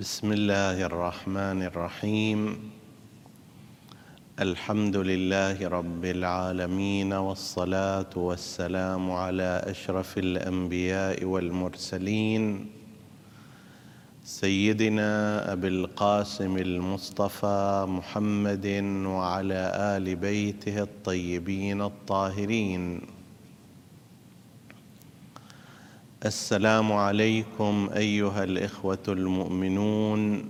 بسم الله الرحمن الرحيم. الحمد لله رب العالمين، والصلاة والسلام على أشرف الأنبياء والمرسلين، سيدنا أبي القاسم المصطفى محمد وعلى آل بيته الطيبين الطاهرين. السلام عليكم أيها الإخوة المؤمنون،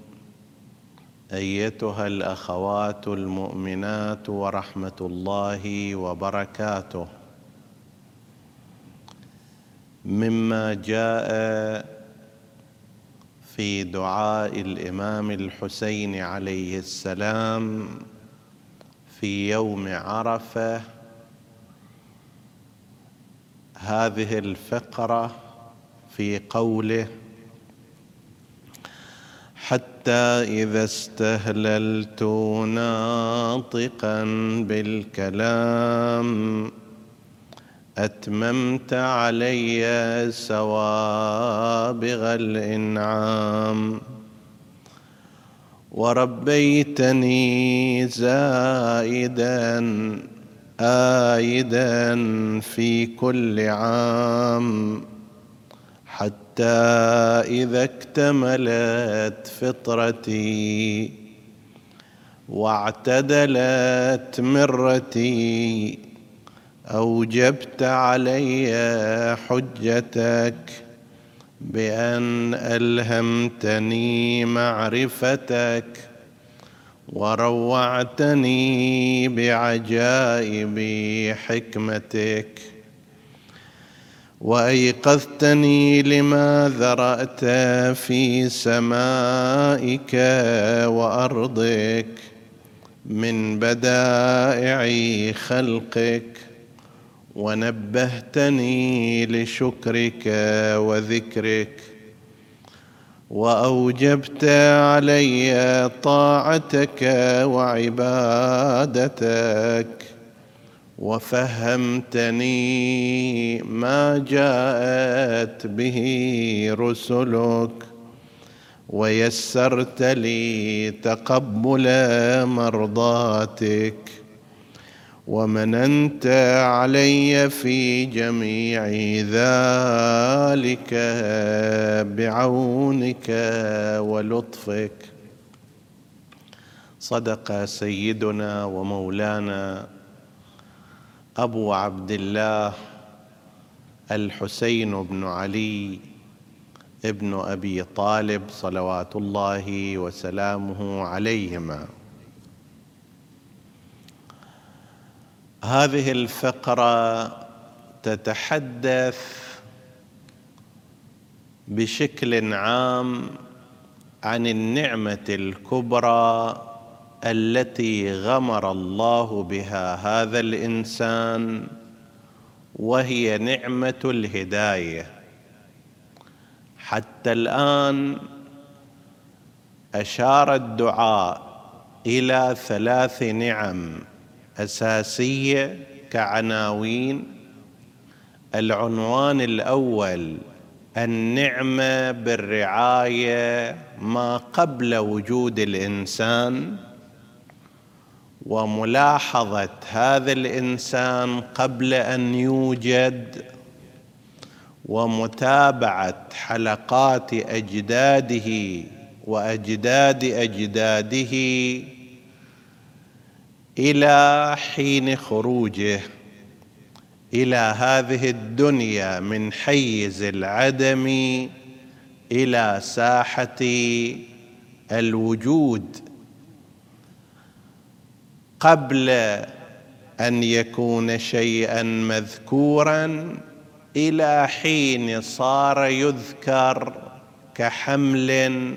أيتها الأخوات المؤمنات، ورحمة الله وبركاته. مما جاء في دعاء الإمام الحسين عليه السلام في يوم عرفة هذه الفقرة في قوله: حتى إذا استهللت ناطقا بالكلام أتممت علي سوابغ الإنعام، وربيتني زائدا آيدا في كل عام، حتى إذا اكتملت فطرتي واعتدلت مرتي أوجبت علي حجتك بأن ألهمتني معرفتك وروعتني بعجائب حكمتك، وأيقظتني لما ذرأت في سمائك وأرضك من بدائع خلقك، ونبهتني لشكرك وذكرك، وأوجبت علي طاعتك وعبادتك، وفهمتني ما جاءت به رسلك، ويسرت لي تقبل مرضاتك، ومننت علي في جميع ذلك بعونك ولطفك. صدق سيدنا ومولانا أبو عبد الله الحسين بن علي ابن أبي طالب صلوات الله وسلامه عليهما. هذه الفقرة تتحدث بشكل عام عن النعمة الكبرى التي غمر الله بها هذا الإنسان، وهي نعمة الهداية. حتى الآن أشار الدعاء إلى 3 نعم أساسية كعناوين. العنوان الأول: النعمة بالرعاية ما قبل وجود الإنسان، وملاحظة هذا الإنسان قبل أن يوجد، ومتابعة حلقات أجداده وأجداد أجداده إلى حين خروجه إلى هذه الدنيا من حيز العدم إلى ساحة الوجود، قبل أن يكون شيئا مذكورا إلى حين صار يذكر كحمل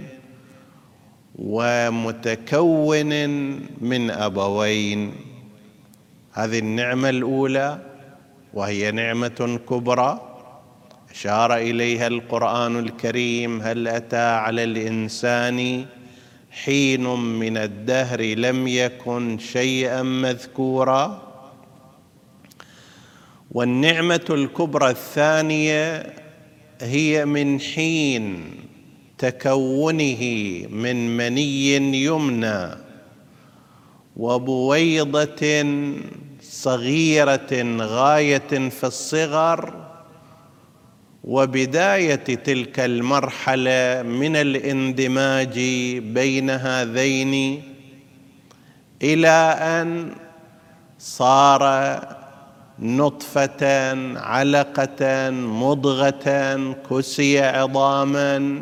ومتكون من أبوين. هذه النعمة الأولى، وهي نعمة كبرى أشار إليها القرآن الكريم: هل أتى على الإنسان حين من الدهر لم يكن شيئا مذكورا. والنعمة الكبرى الثانية هي من حين تكونه من مني يمنى وبويضة صغيرة غاية في الصغر، وبداية تلك المرحلة من الاندماج بين هذين إلى أن صار نطفة، علقة، مضغة، كسي عظاما،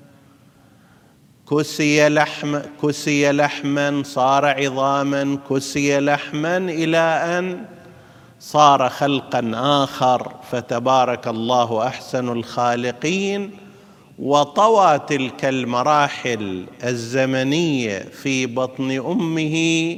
كسي لحما، صار عظاما، كسي لحما، إلى أن صار خلقا آخر، فتبارك الله أحسن الخالقين. وطوى تلك المراحل الزمنية في بطن أمه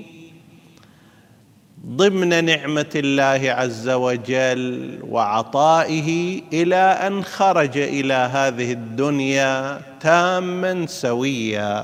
ضمن نعمة الله عز وجل وعطائه، إلى أن خرج إلى هذه الدنيا تاما سويا.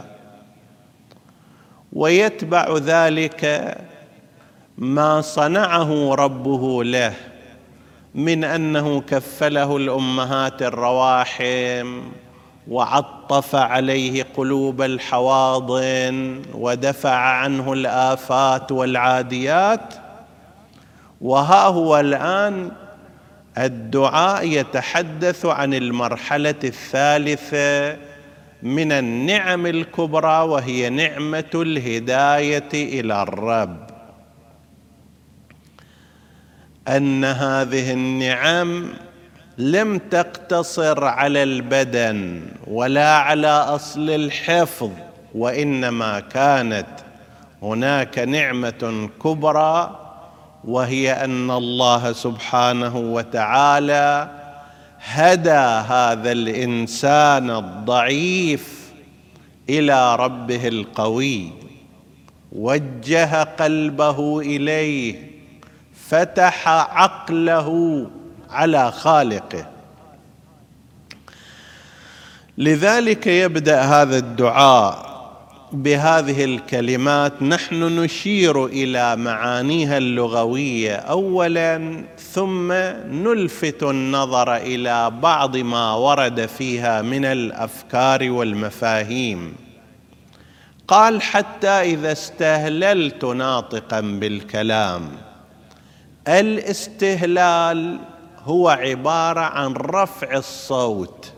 ويتبع ذلك ما صنعه ربه له من أنه كفله الأمهات الرواحم، وعطف عليه قلوب الحواضن، ودفع عنه الآفات والعاديات. وها هو الآن الدعاء يتحدث عن المرحلة الثالثة من النعم الكبرى، وهي نعمة الهداية إلى الرب. أن هذه النعم لم تقتصر على البدن ولا على أصل الحفظ، وإنما كانت هناك نعمة كبرى، وهي أن الله سبحانه وتعالى هدى هذا الإنسان الضعيف إلى ربه القوي، وجه قلبه إليه، فتح عقله على خالقه. لذلك يبدأ هذا الدعاء بهذه الكلمات. نحن نشير إلى معانيها اللغوية أولا، ثم نلفت النظر إلى بعض ما ورد فيها من الأفكار والمفاهيم. قال: حتى إذا استهللت ناطقا بالكلام. الاستهلال هو عبارة عن رفع الصوت.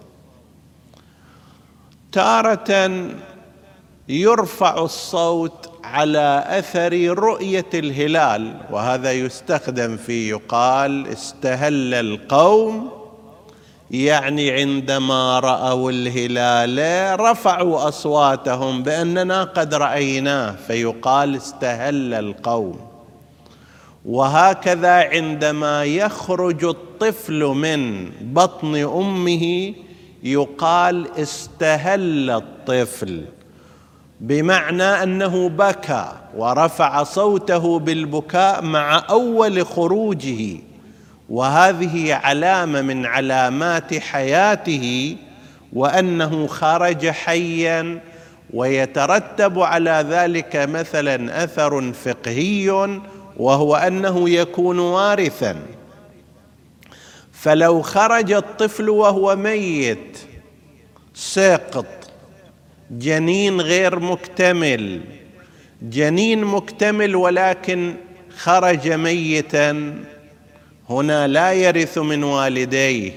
تارة يرفع الصوت على أثر رؤية الهلال، وهذا يستخدم في يقال استهل القوم، يعني عندما رأوا الهلال رفعوا أصواتهم بأننا قد رأيناه، فيقال استهل القوم. وهكذا عندما يخرج الطفل من بطن أمه يقال استهل الطفل، بمعنى أنه بكى ورفع صوته بالبكاء مع أول خروجه، وهذه علامة من علامات حياته، وأنه خرج حيا. ويترتب على ذلك مثلا أثر فقهي، وهو أنه يكون وارثا. فلو خرج الطفل وهو ميت ساقط، جنين غير مكتمل، جنين مكتمل ولكن خرج ميتا، هنا لا يرث من والديه.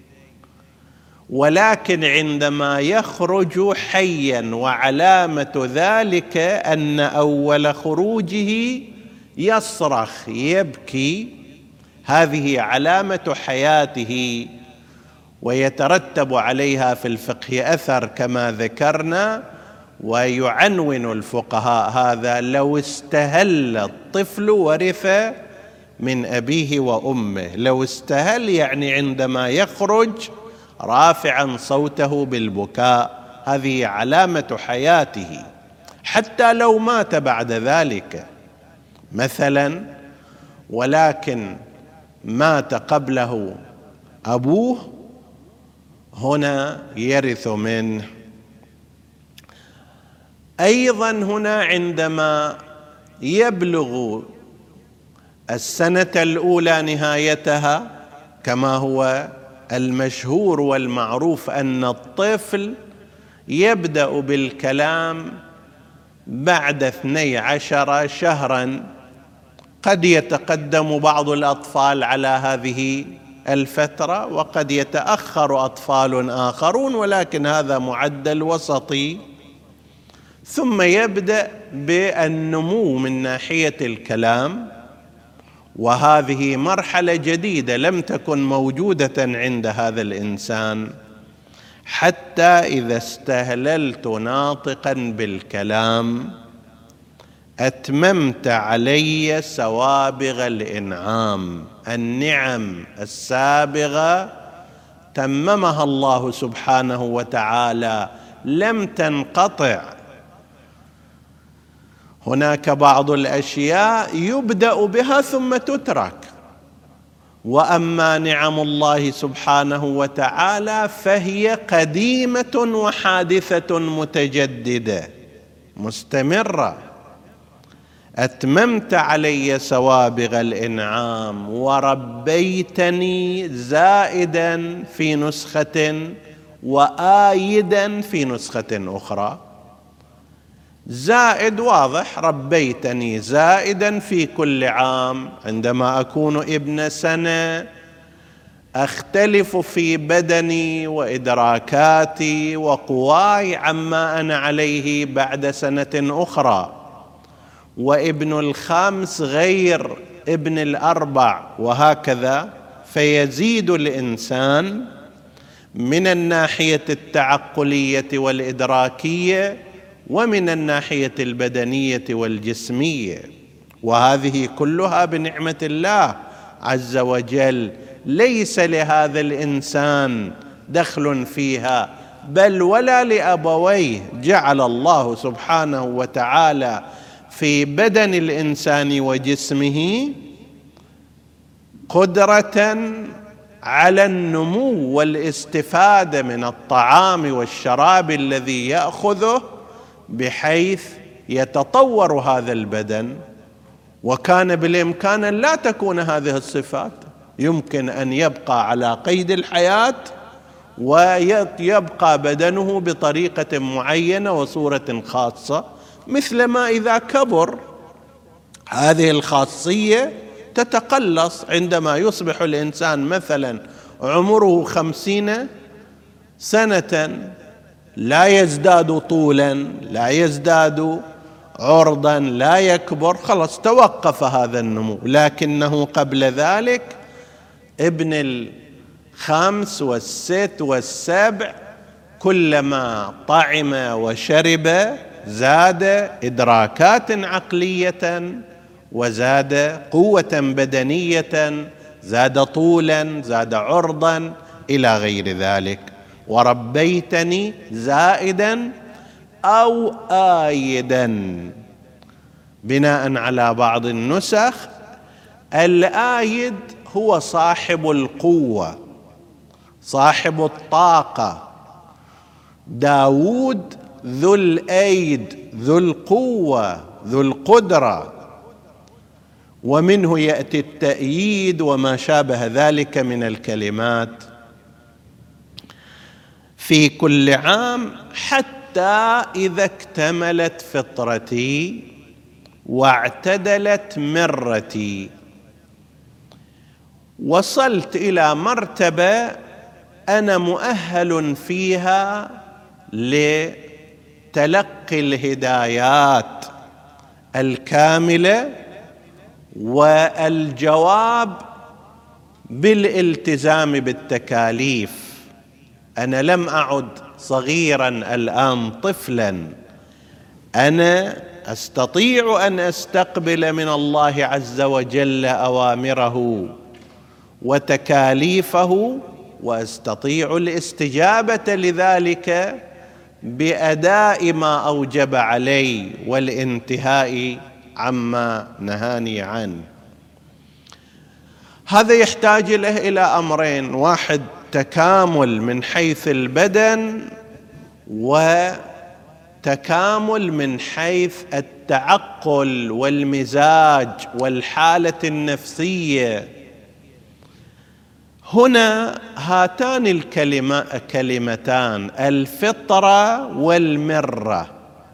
ولكن عندما يخرج حيا، وعلامة ذلك أن أول خروجه يصرخ يبكي، هذه علامة حياته، ويترتب عليها في الفقه أثر كما ذكرنا. ويعنون الفقهاء هذا: لو استهل الطفل ورث من أبيه وأمه. لو استهل يعني عندما يخرج رافعا صوته بالبكاء، هذه علامة حياته، حتى لو مات بعد ذلك مثلا، ولكن مات قبله أبوه، هنا يرث منه. أيضا هنا عندما يبلغ السنة الأولى نهايتها، كما هو المشهور والمعروف أن الطفل يبدأ بالكلام بعد 12 شهرا. قد يتقدم بعض الأطفال على هذه الفترة وقد يتأخر أطفال آخرون، ولكن هذا معدل وسطي. ثم يبدأ بالنمو من ناحية الكلام، وهذه مرحلة جديدة لم تكن موجودة عند هذا الإنسان، حتى إذا استهللت ناطقا بالكلام أتممت علي سوابغ الإنعام. النعم السابغة تممها الله سبحانه وتعالى، لم تنقطع. هناك بعض الأشياء يبدأ بها ثم تترك، وأما نعم الله سبحانه وتعالى فهي قديمة وحادثة متجددة مستمرة. أتممت علي سوابغ الإنعام وربيتني، زائدا في نسخة وآيدا في نسخة أخرى. زائد واضح، ربيتني زائدا في كل عام. عندما أكون ابن سنة أختلف في بدني وإدراكاتي وقواي عما أنا عليه بعد سنة أخرى، وابن ال5 غير ابن ال4، وهكذا. فيزيد الإنسان من الناحية التعقلية والإدراكية ومن الناحية البدنية والجسمية، وهذه كلها بنعمة الله عز وجل، ليس لهذا الإنسان دخل فيها، بل ولا لأبويه. جعل الله سبحانه وتعالى في بدن الإنسان وجسمه قدرة على النمو والاستفادة من الطعام والشراب الذي يأخذه، بحيث يتطور هذا البدن. وكان بالإمكان أن لا تكون هذه الصفات، يمكن أن يبقى على قيد الحياة ويبقى بدنه بطريقة معينة وصورة خاصة، مثلما إذا كبر هذه الخاصية تتقلص. عندما يصبح الإنسان مثلا عمره 50 سنة لا يزداد طولا، لا يزداد عرضا، لا يكبر، خلاص توقف هذا النمو. لكنه قبل ذلك ابن ال5 وال6 وال7 كلما طعم وشرب زاد إدراكات عقلية، وزاد قوة بدنية، زاد طولا، زاد عرضا، إلى غير ذلك. وربيتني زائدا أو آيدا، بناء على بعض النسخ الآيد هو صاحب القوة، صاحب الطاقة. داود ذو الأيد، ذو القوة، ذو القدرة، ومنه يأتي التأييد وما شابه ذلك من الكلمات في كل عام، حتى إذا اكتملت فطرتي واعتدلت مرتي، وصلت إلى مرتبة أنا مؤهل فيها لتلقي الهدايات الكاملة والجواب بالالتزام بالتكاليف. أنا لم أعد صغيرا الآن طفلا، أنا أستطيع أن أستقبل من الله عز وجل أوامره وتكاليفه، وأستطيع الاستجابة لذلك بأداء ما أوجب علي والانتهاء عما نهاني عنه. هذا يحتاج له إلى أمرين: واحد تكامل من حيث البدن، وتكامل من حيث التعقل والمزاج والحالة النفسية. هنا هاتان الكلمتان الفطرة والمرة.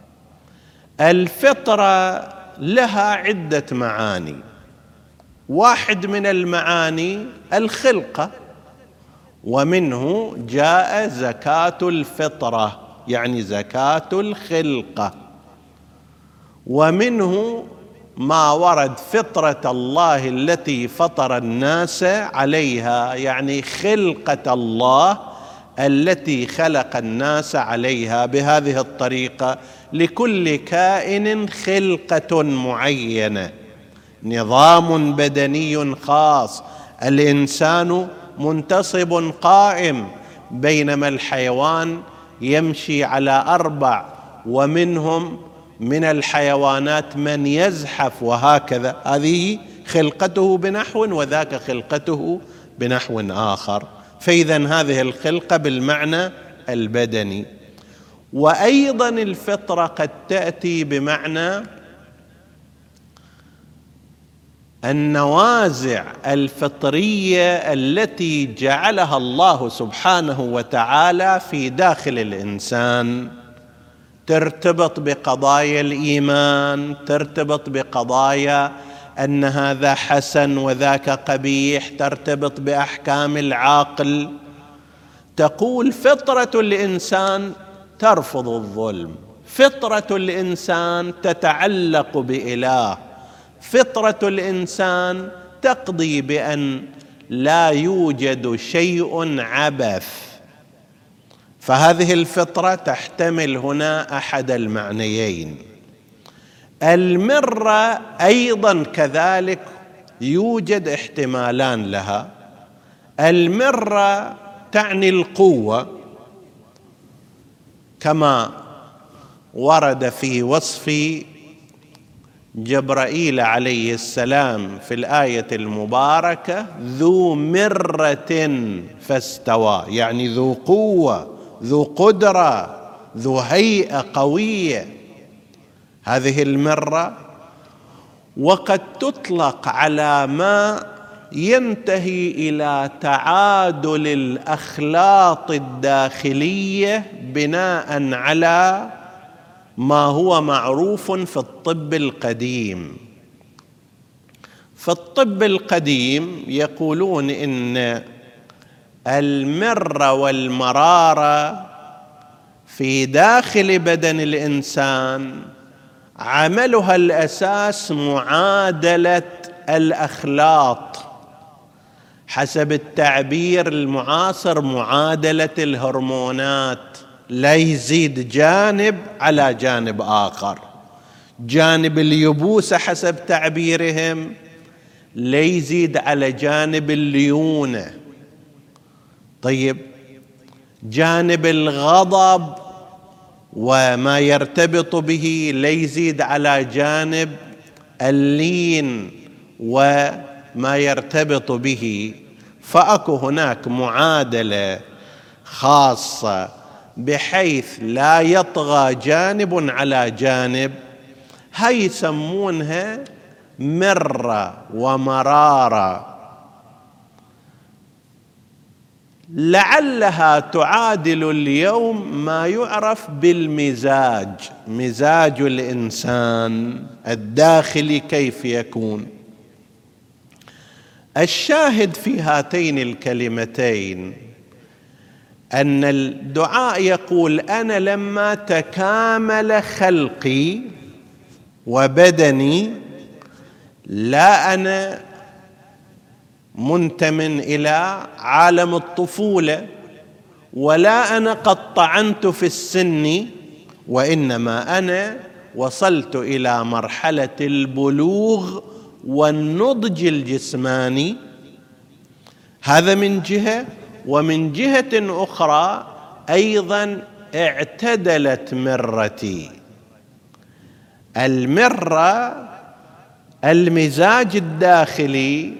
الفطرة لها عدة معاني. واحد من المعاني الخلقة، ومنه جاء زكاة الفطرة يعني زكاة الخلقة، ومنه ما ورد فطرة الله التي فطر الناس عليها، يعني خلقة الله التي خلق الناس عليها بهذه الطريقة. لكل كائن خلقة معينة، نظام بدني خاص. الإنسان منتصب قائم، بينما الحيوان يمشي على 4، ومنهم من الحيوانات من يزحف وهكذا. هذه خلقته بنحو، وذاك خلقته بنحو آخر. فإذا هذه الخلقة بالمعنى البدني. وأيضا الفطرة قد تأتي بمعنى النوازع الفطرية التي جعلها الله سبحانه وتعالى في داخل الإنسان، ترتبط بقضايا الإيمان، ترتبط بقضايا أن هذا حسن وذاك قبيح، ترتبط بأحكام العقل. تقول فطرة الإنسان ترفض الظلم، فطرة الإنسان تتعلق بإله، فطرة الإنسان تقضي بأن لا يوجد شيء عبث. فهذه الفطرة تحتمل هنا أحد المعنيين. المرة أيضا كذلك يوجد احتمالان لها. المرة تعني القوة، كما ورد في وصف جبرائيل عليه السلام في الآية المباركة: ذو مرة فاستوى، يعني ذو قوة، ذو قدرة، ذو هيئة قوية. هذه المرة. وقد تطلق على ما ينتهي إلى تعادل الأخلاط الداخلية بناء على ما هو معروف في الطب القديم. في الطب القديم يقولون إن المر والمرارة في داخل بدن الإنسان عملها الأساس معادلة الأخلاط، حسب التعبير المعاصر معادلة الهرمونات. لا يزيد جانب على جانب آخر، جانب اليبوسة حسب تعبيرهم لا يزيد على جانب الليونة. طيب، جانب الغضب وما يرتبط به لا يزيد على جانب اللين وما يرتبط به. فأكو هناك معادلة خاصة بحيث لا يطغى جانب على جانب. هاي يسمونها مرة ومرارة، لعلها تعادل اليوم ما يعرف بالمزاج، مزاج الإنسان الداخلي كيف يكون. الشاهد في هاتين الكلمتين أن الدعاء يقول: أنا لما تكامل خلقي وبدني، لا أنا منتمن إلى عالم الطفولة، ولا أنا قد طعنت في السن، وإنما أنا وصلت إلى مرحلة البلوغ والنضج الجسماني. هذا من جهة. ومن جهة أخرى أيضا اعتدلت مرتي. المرة المزاج الداخلي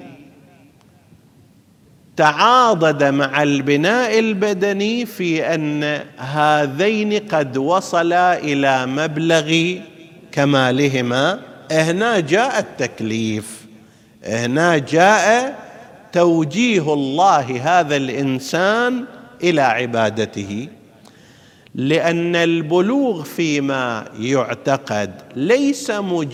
تعاضد مع البناء البدني في أن هذين قد وصلا إلى مبلغ كمالهما. هنا جاء التكليف، هنا جاء توجيه الله هذا الإنسان إلى عبادته، لأن البلوغ فيما يعتقد ليس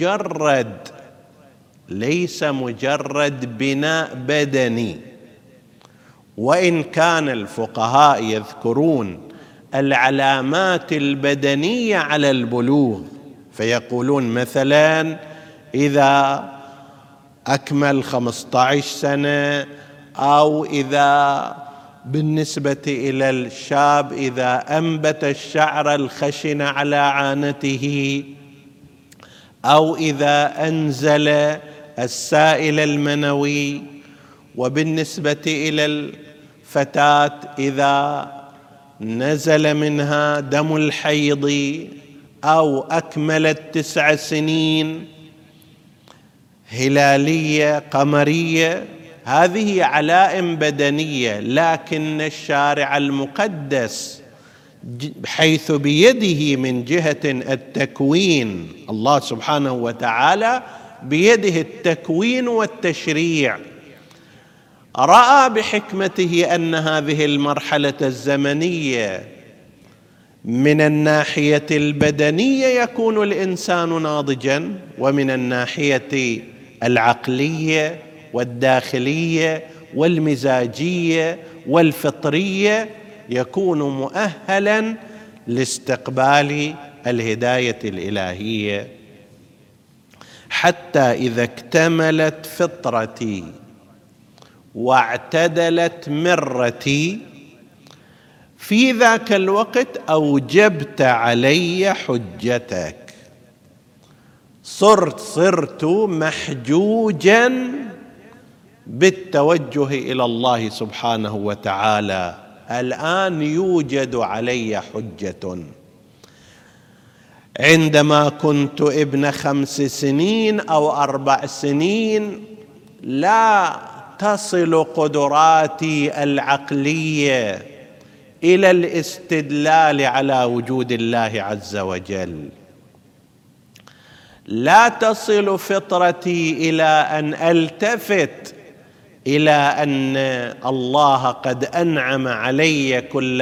مجرد بناء بدني. وإن كان الفقهاء يذكرون العلامات البدنية على البلوغ، فيقولون مثلا إذا أكمل 15 سنة، أو إذا بالنسبة إلى الشاب إذا أنبت الشعر الخشن على عانته، أو إذا أنزل السائل المنوي، وبالنسبة إلى الفتاة إذا نزل منها دم الحيض، أو أكملت 9 سنين هلالية قمرية. هذه علائم بدنية، لكن الشارع المقدس حيث بيده من جهة التكوين، الله سبحانه وتعالى بيده التكوين والتشريع، رأى بحكمته أن هذه المرحلة الزمنية من الناحية البدنية يكون الإنسان ناضجا، ومن الناحية العقلية والداخلية والمزاجية والفطرية يكون مؤهلا لاستقبال الهداية الإلهية. حتى إذا اكتملت فطرتي واعتدلت مرتي، في ذاك الوقت أوجبت علي حجتك، صرت محجوجا بالتوجه إلى الله سبحانه وتعالى. الآن يوجد علي حجة. عندما كنت ابن 5 سنين أو 4 سنين لا تصل قدراتي العقلية إلى الاستدلال على وجود الله عز وجل، لا تصل فطرتي إلى أن ألتفت إلى أن الله قد أنعم علي كل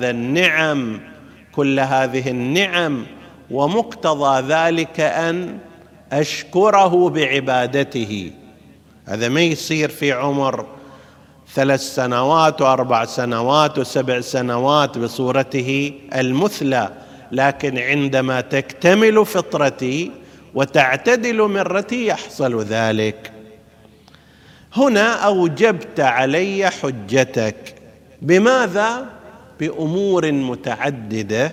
هذه النعم، ومقتضى ذلك أن أشكره بعبادته. هذا ما يصير في عمر 3 سنوات و4 سنوات و7 سنوات بصورته المثلى، لكن عندما تكتمل فطرتي وتعتدل مرتي يحصل ذلك. هنا أوجبت علي حجتك. بماذا؟ بأمور متعددة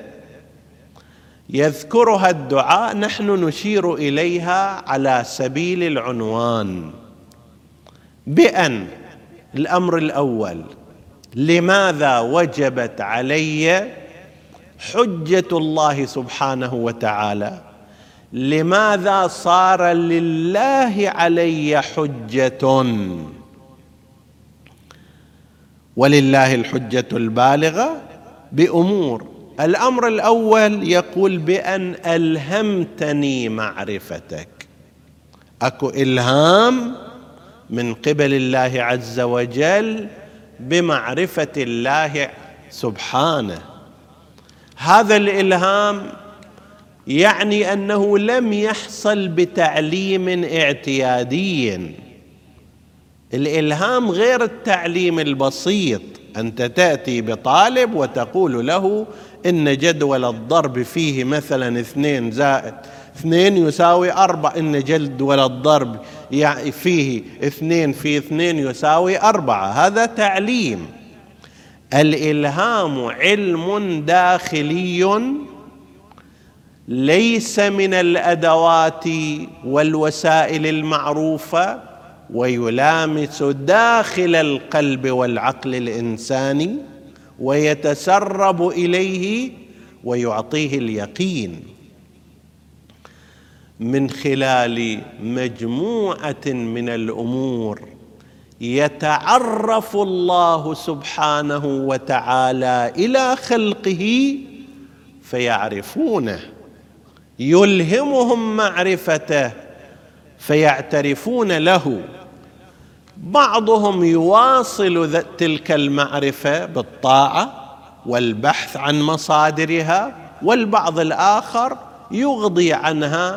يذكرها الدعاء، نحن نشير إليها على سبيل العنوان، بأن الأمر الأول: لماذا وجبت علي حجة الله سبحانه وتعالى؟ لماذا صار لله علي حجة؟ ولله الحجة البالغة بأمور. الأمر الأول يقول بأن ألهمتني معرفتك. أكو إلهام من قبل الله عز وجل بمعرفة الله سبحانه. هذا الإلهام يعني أنه لم يحصل بتعليم اعتيادي. الإلهام غير التعليم البسيط، أنت تأتي بطالب وتقول له إن جدول الضرب فيه مثلا 2 زائد 2 يساوي 4، إن جدول الضرب يعني فيه 2 في 2 يساوي 4. هذا تعليم. الإلهام علم داخلي ليس من الأدوات والوسائل المعروفة، ويلامس داخل القلب والعقل الإنساني ويتسرب إليه ويعطيه اليقين من خلال مجموعة من الأمور. يتعرف الله سبحانه وتعالى إلى خلقه فيعرفونه، يلهمهم معرفته فيعترفون له بعضهم يواصل تلك المعرفة بالطاعة والبحث عن مصادرها، والبعض الآخر يغضي عنها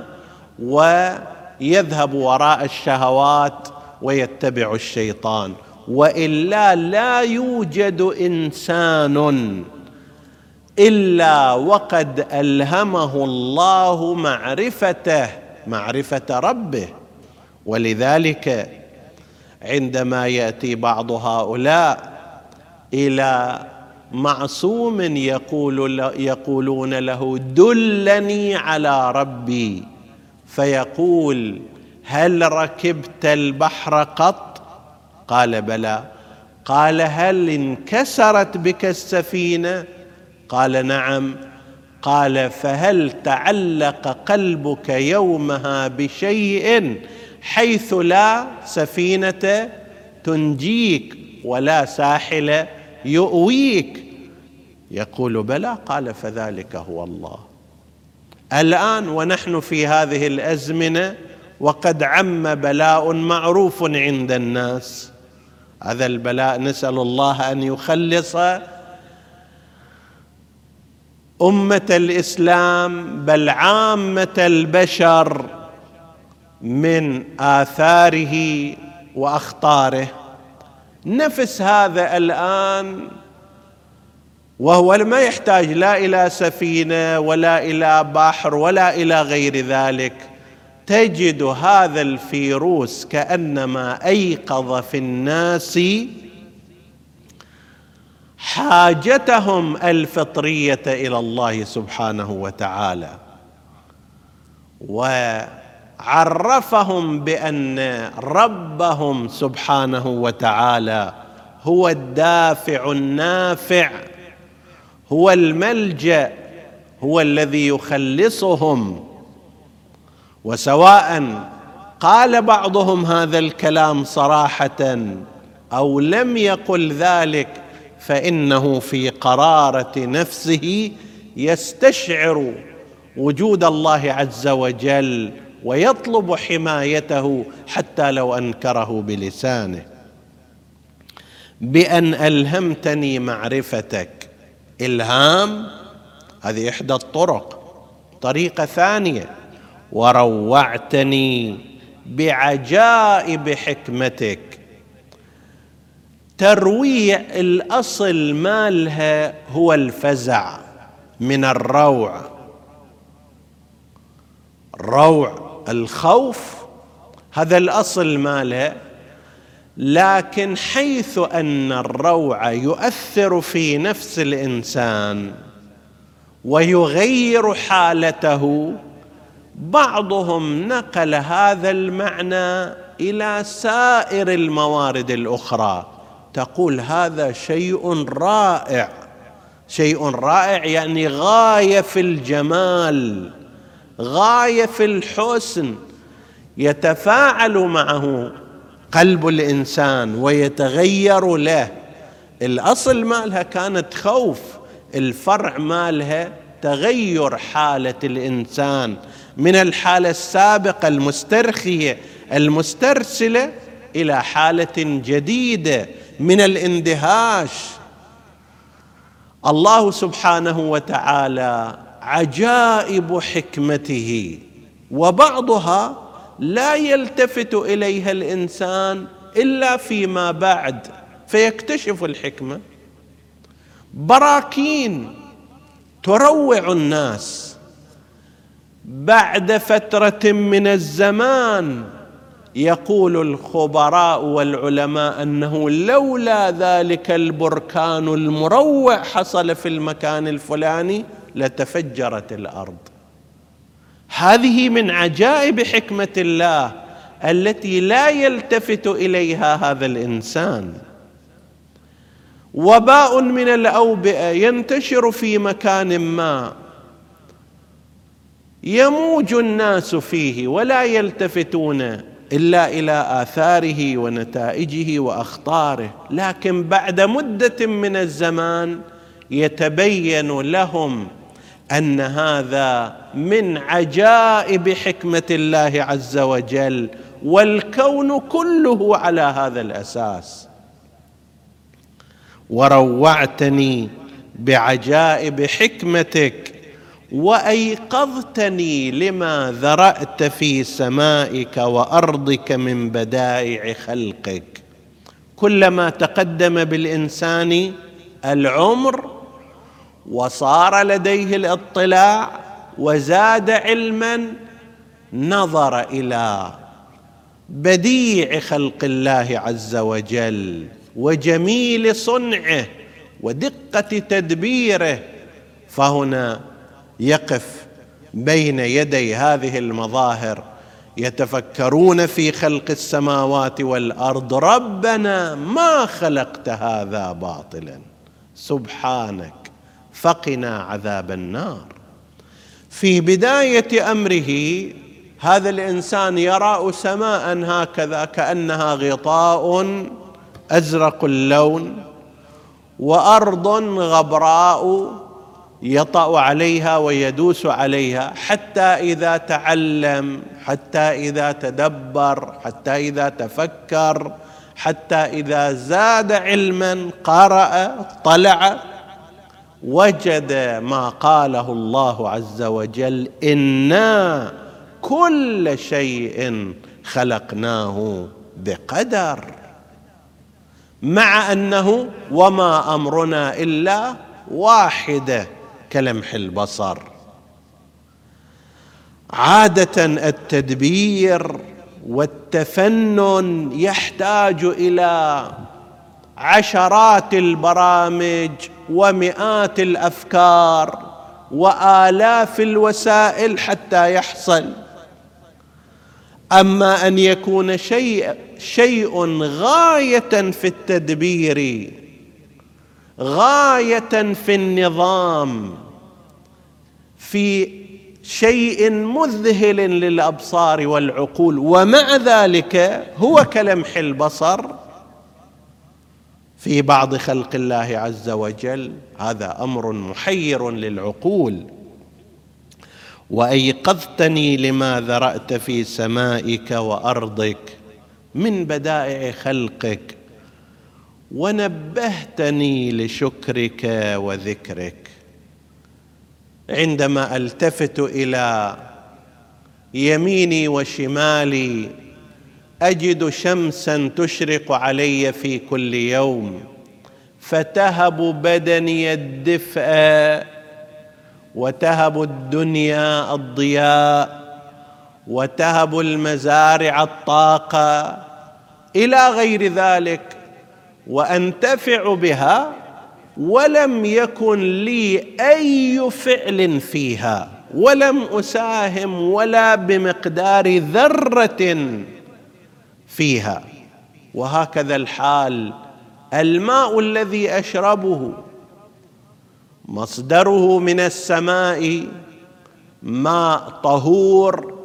ويذهب وراء الشهوات ويتبع الشيطان. وإلا لا يوجد إنسان إلا وقد ألهمه الله معرفة ربه. ولذلك عندما يأتي بعض هؤلاء إلى معصوم يقولون له دلني على ربي، فيقول هل ركبت البحر قط؟ قال بلى. قال هل انكسرت بك السفينة؟ قال نعم. قال فهل تعلق قلبك يومها بشيء حيث لا سفينة تنجيك ولا ساحل يؤويك؟ يقول بلى. قال فذلك هو الله. الآن ونحن في هذه الأزمنة وقد عم بلاء معروف عند الناس، هذا البلاء نسأل الله أن يخلص أمة الإسلام بل عامة البشر من آثاره وأخطاره. نفس هذا الآن، وهو ما يحتاج لا إلى سفينة ولا إلى بحر ولا إلى غير ذلك، تجد هذا الفيروس كأنما أيقظ في الناس حاجتهم الفطرية إلى الله سبحانه وتعالى، وعرفهم بأن ربهم سبحانه وتعالى هو الدافع النافع، هو الملجأ، هو الذي يخلصهم. وسواء قال بعضهم هذا الكلام صراحة أو لم يقل ذلك، فإنه في قرارة نفسه يستشعر وجود الله عز وجل ويطلب حمايته حتى لو أنكره بلسانه. بأن ألهمتني معرفتك، إلهام هذه إحدى الطرق. طريقة ثانية وروعتني بعجائب حكمتك. ترويع الأصل مالها هو الفزع من الروع، روع الخوف هذا الأصل مالها، لكن حيث أن الروع يؤثر في نفس الإنسان ويغير حالته، بعضهم نقل هذا المعنى إلى سائر الموارد الأخرى. تقول هذا شيء رائع، شيء رائع يعني غاية في الجمال، غاية في الحسن، يتفاعل معه قلب الإنسان ويتغير له. الأصل مالها كانت خوف، الفرع مالها تغير حالة الإنسان من الحالة السابقة المسترخية المسترسلة إلى حالة جديدة من الاندهاش. الله سبحانه وتعالى عجائب حكمته، وبعضها لا يلتفت إليها الإنسان إلا فيما بعد فيكتشف الحكمة. براكين تروع الناس، بعد فترة من الزمان يقول الخبراء والعلماء أنه لولا ذلك البركان المروع حصل في المكان الفلاني لتفجرت الأرض. هذه من عجائب حكمة الله التي لا يلتفت إليها هذا الإنسان. وباء من الأوبئة ينتشر في مكان ما، يموج الناس فيه ولا يلتفتون إلا إلى آثاره ونتائجه وأخطاره، لكن بعد مدة من الزمان يتبين لهم أن هذا من عجائب حكمة الله عز وجل والكون كله على هذا الأساس. وروعتني بعجائب حكمتك وأيقظتني لما ذرأت في سمائك وأرضك من بدائع خلقك. كلما تقدم بالإنسان العمر وصار لديه الاطلاع وزاد علما، نظر إلى بديع خلق الله عز وجل وجميل صنعه ودقة تدبيره، فهنا يقف بين يدي هذه المظاهر يتفكرون في خلق السماوات والأرض: ربنا ما خلقت هذا باطلا، سبحانك فقنا عذاب النار. في بداية أمره هذا الإنسان يرى سماء هكذا كأنها غطاء أزرق اللون، وأرض غبراء يطأ عليها ويدوس عليها، حتى إذا تعلم، حتى إذا تدبر، حتى إذا تفكر، حتى إذا زاد علما، قرأ، طلع، وجد ما قاله الله عز وجل: إنا كل شيء خلقناه بقدر، مع أنه وما أمرنا إلا واحدة كلمح البصر. عادة التدبير والتفنن يحتاج إلى عشرات البرامج ومئات الأفكار وآلاف الوسائل حتى يحصل. أما أن يكون شيء غاية في التدبير، غاية في النظام، في شيء مذهل للأبصار والعقول، ومع ذلك هو كلمح البصر في بعض خلق الله عز وجل، هذا أمر محير للعقول. وأيقظتني لما ذرأت في سمائك وأرضك من بدائع خلقك، ونبهتني لشكرك وذكرك. عندما التفت إلى يميني وشمالي أجد شمسا تشرق علي في كل يوم، فتهب بدني الدفء، وتهب الدنيا الضياء، وتهب المزارع الطاقة، إلى غير ذلك، وأنتفع بها، ولم يكن لي أي فعل فيها، ولم أساهم ولا بمقدار ذرة فيها. وهكذا الحال الماء الذي أشربه مصدره من السماء، ماء طهور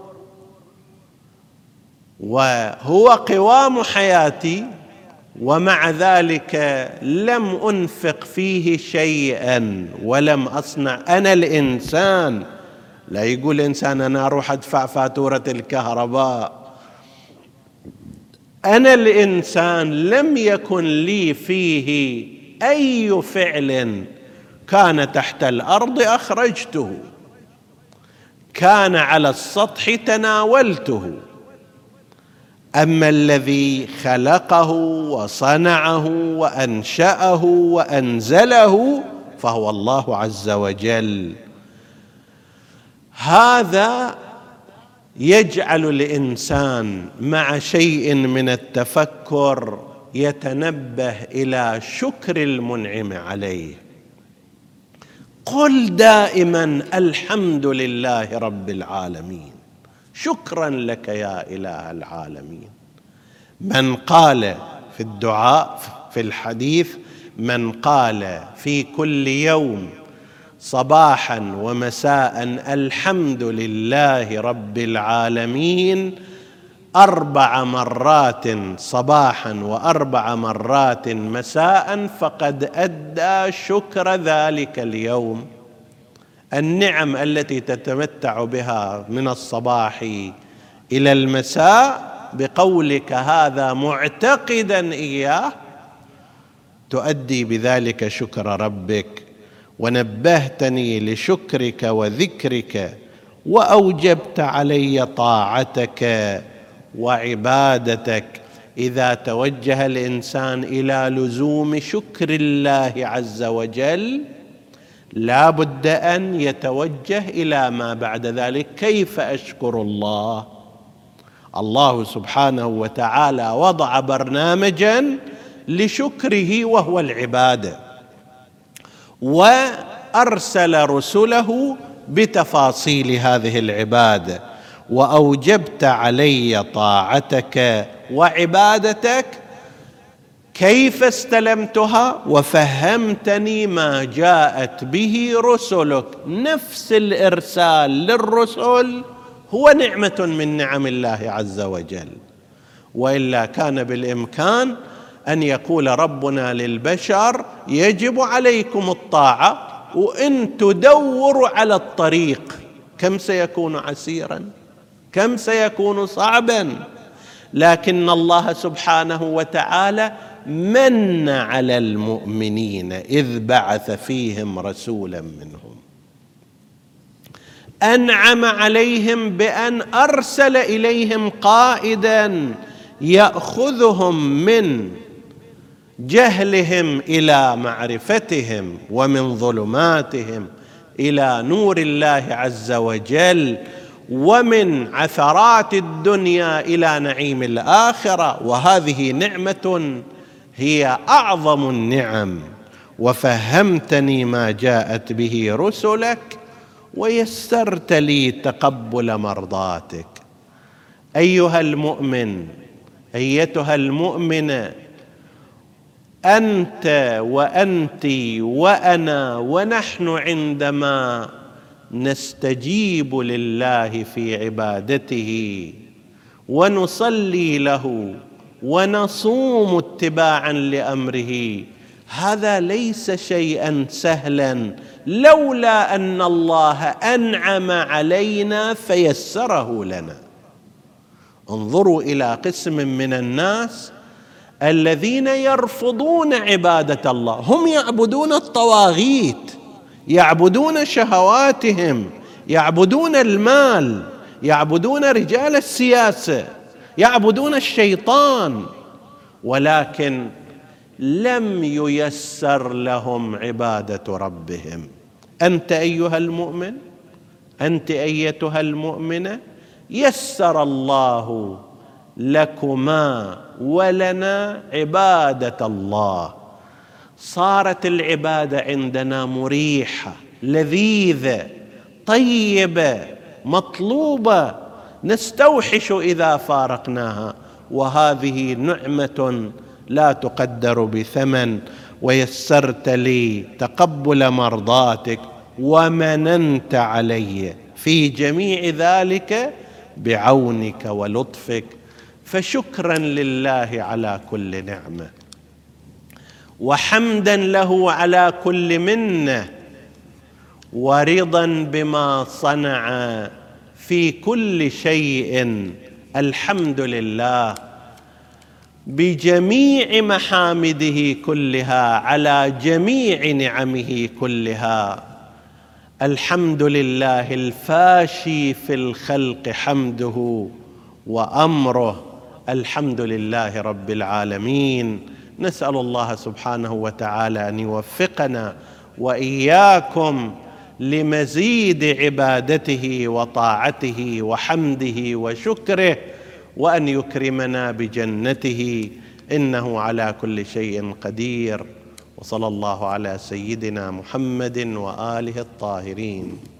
وهو قوام حياتي، ومع ذلك لم أنفق فيه شيئا ولم أصنع. أنا الإنسان، لا يقول إنسان أنا أروح أدفع فاتورة الكهرباء، أنا الإنسان لم يكن لي فيه أي فعل. كان تحت الأرض أخرجته، كان على السطح تناولته. أما الذي خلقه وصنعه وأنشأه وأنزله فهو الله عز وجل. هذا يجعل الإنسان مع شيء من التفكر يتنبه إلى شكر المنعم عليه. قل دائما الحمد لله رب العالمين، شكرا لك يا إله العالمين. من قال في الدعاء في الحديث: من قال في كل يوم صباحا ومساء الحمد لله رب العالمين 4 مرات صباحا و4 مرات مساء، فقد أدى شكر ذلك اليوم. النعم التي تتمتع بها من الصباح إلى المساء بقولك هذا معتقدا إياه تؤدي بذلك شكر ربك. ونبهتني لشكرك وذكرك وأوجبت علي طاعتك وعبادتك. إذا توجه الإنسان إلى لزوم شكر الله عز وجل لا بد أن يتوجه إلى ما بعد ذلك. كيف أشكر الله؟ الله سبحانه وتعالى وضع برنامجا لشكره وهو العبادة، وأرسل رسله بتفاصيل هذه العبادة. وأوجبت علي طاعتك وعبادتك. كيف استلمتها؟ وفهمتني ما جاءت به رسلك. نفس الإرسال للرسل هو نعمة من نعم الله عز وجل، وإلا كان بالإمكان أن يقول ربنا للبشر يجب عليكم الطاعة، وإن تدوروا على الطريق كم سيكون عسيرا، كم سيكون صعبا. لكن الله سبحانه وتعالى من على المؤمنين إذ بعث فيهم رسولا منهم، أنعم عليهم بأن أرسل إليهم قائدا يأخذهم من جهلهم إلى معرفتهم، ومن ظلماتهم إلى نور الله عز وجل، ومن عثرات الدنيا إلى نعيم الآخرة. وهذه نعمة هي أعظم النعم. وفهمتني ما جاءت به رسلك ويسرت لي تقبل مرضاتك. أيها المؤمن، أيتها المؤمنة، أنت وأنت وأنا ونحن عندما نستجيب لله في عبادته ونصلي له ونصوم اتباعا لأمره، هذا ليس شيئا سهلا لولا أن الله أنعم علينا فيسره لنا. انظروا إلى قسم من الناس الذين يرفضون عبادة الله، هم يعبدون الطواغيت، يعبدون شهواتهم، يعبدون المال، يعبدون رجال السياسة، يعبدون الشيطان، ولكن لم ييسر لهم عبادة ربهم. أنت أيها المؤمن، أنت أيتها المؤمنة، يسر الله لكما ولنا عبادة الله. صارت العبادة عندنا مريحة، لذيذة، طيبة، مطلوبة، نستوحش إذا فارقناها، وهذه نعمة لا تقدر بثمن. ويسرت لي تقبل مرضاتك ومننت علي في جميع ذلك بعونك ولطفك. فشكرا لله على كل نعمة، وحمدا له على كل منة، ورضا بما صنع في كل شيء. الحمد لله بجميع محامده كلها على جميع نعمه كلها. الحمد لله الفاشي في الخلق حمده وأمره. الحمد لله رب العالمين. نسأل الله سبحانه وتعالى أن يوفقنا وإياكم لمزيد عبادته وطاعته وحمده وشكره، وأن يكرمنا بجنته، إنه على كل شيء قدير. وصلى الله على سيدنا محمد وآله الطاهرين.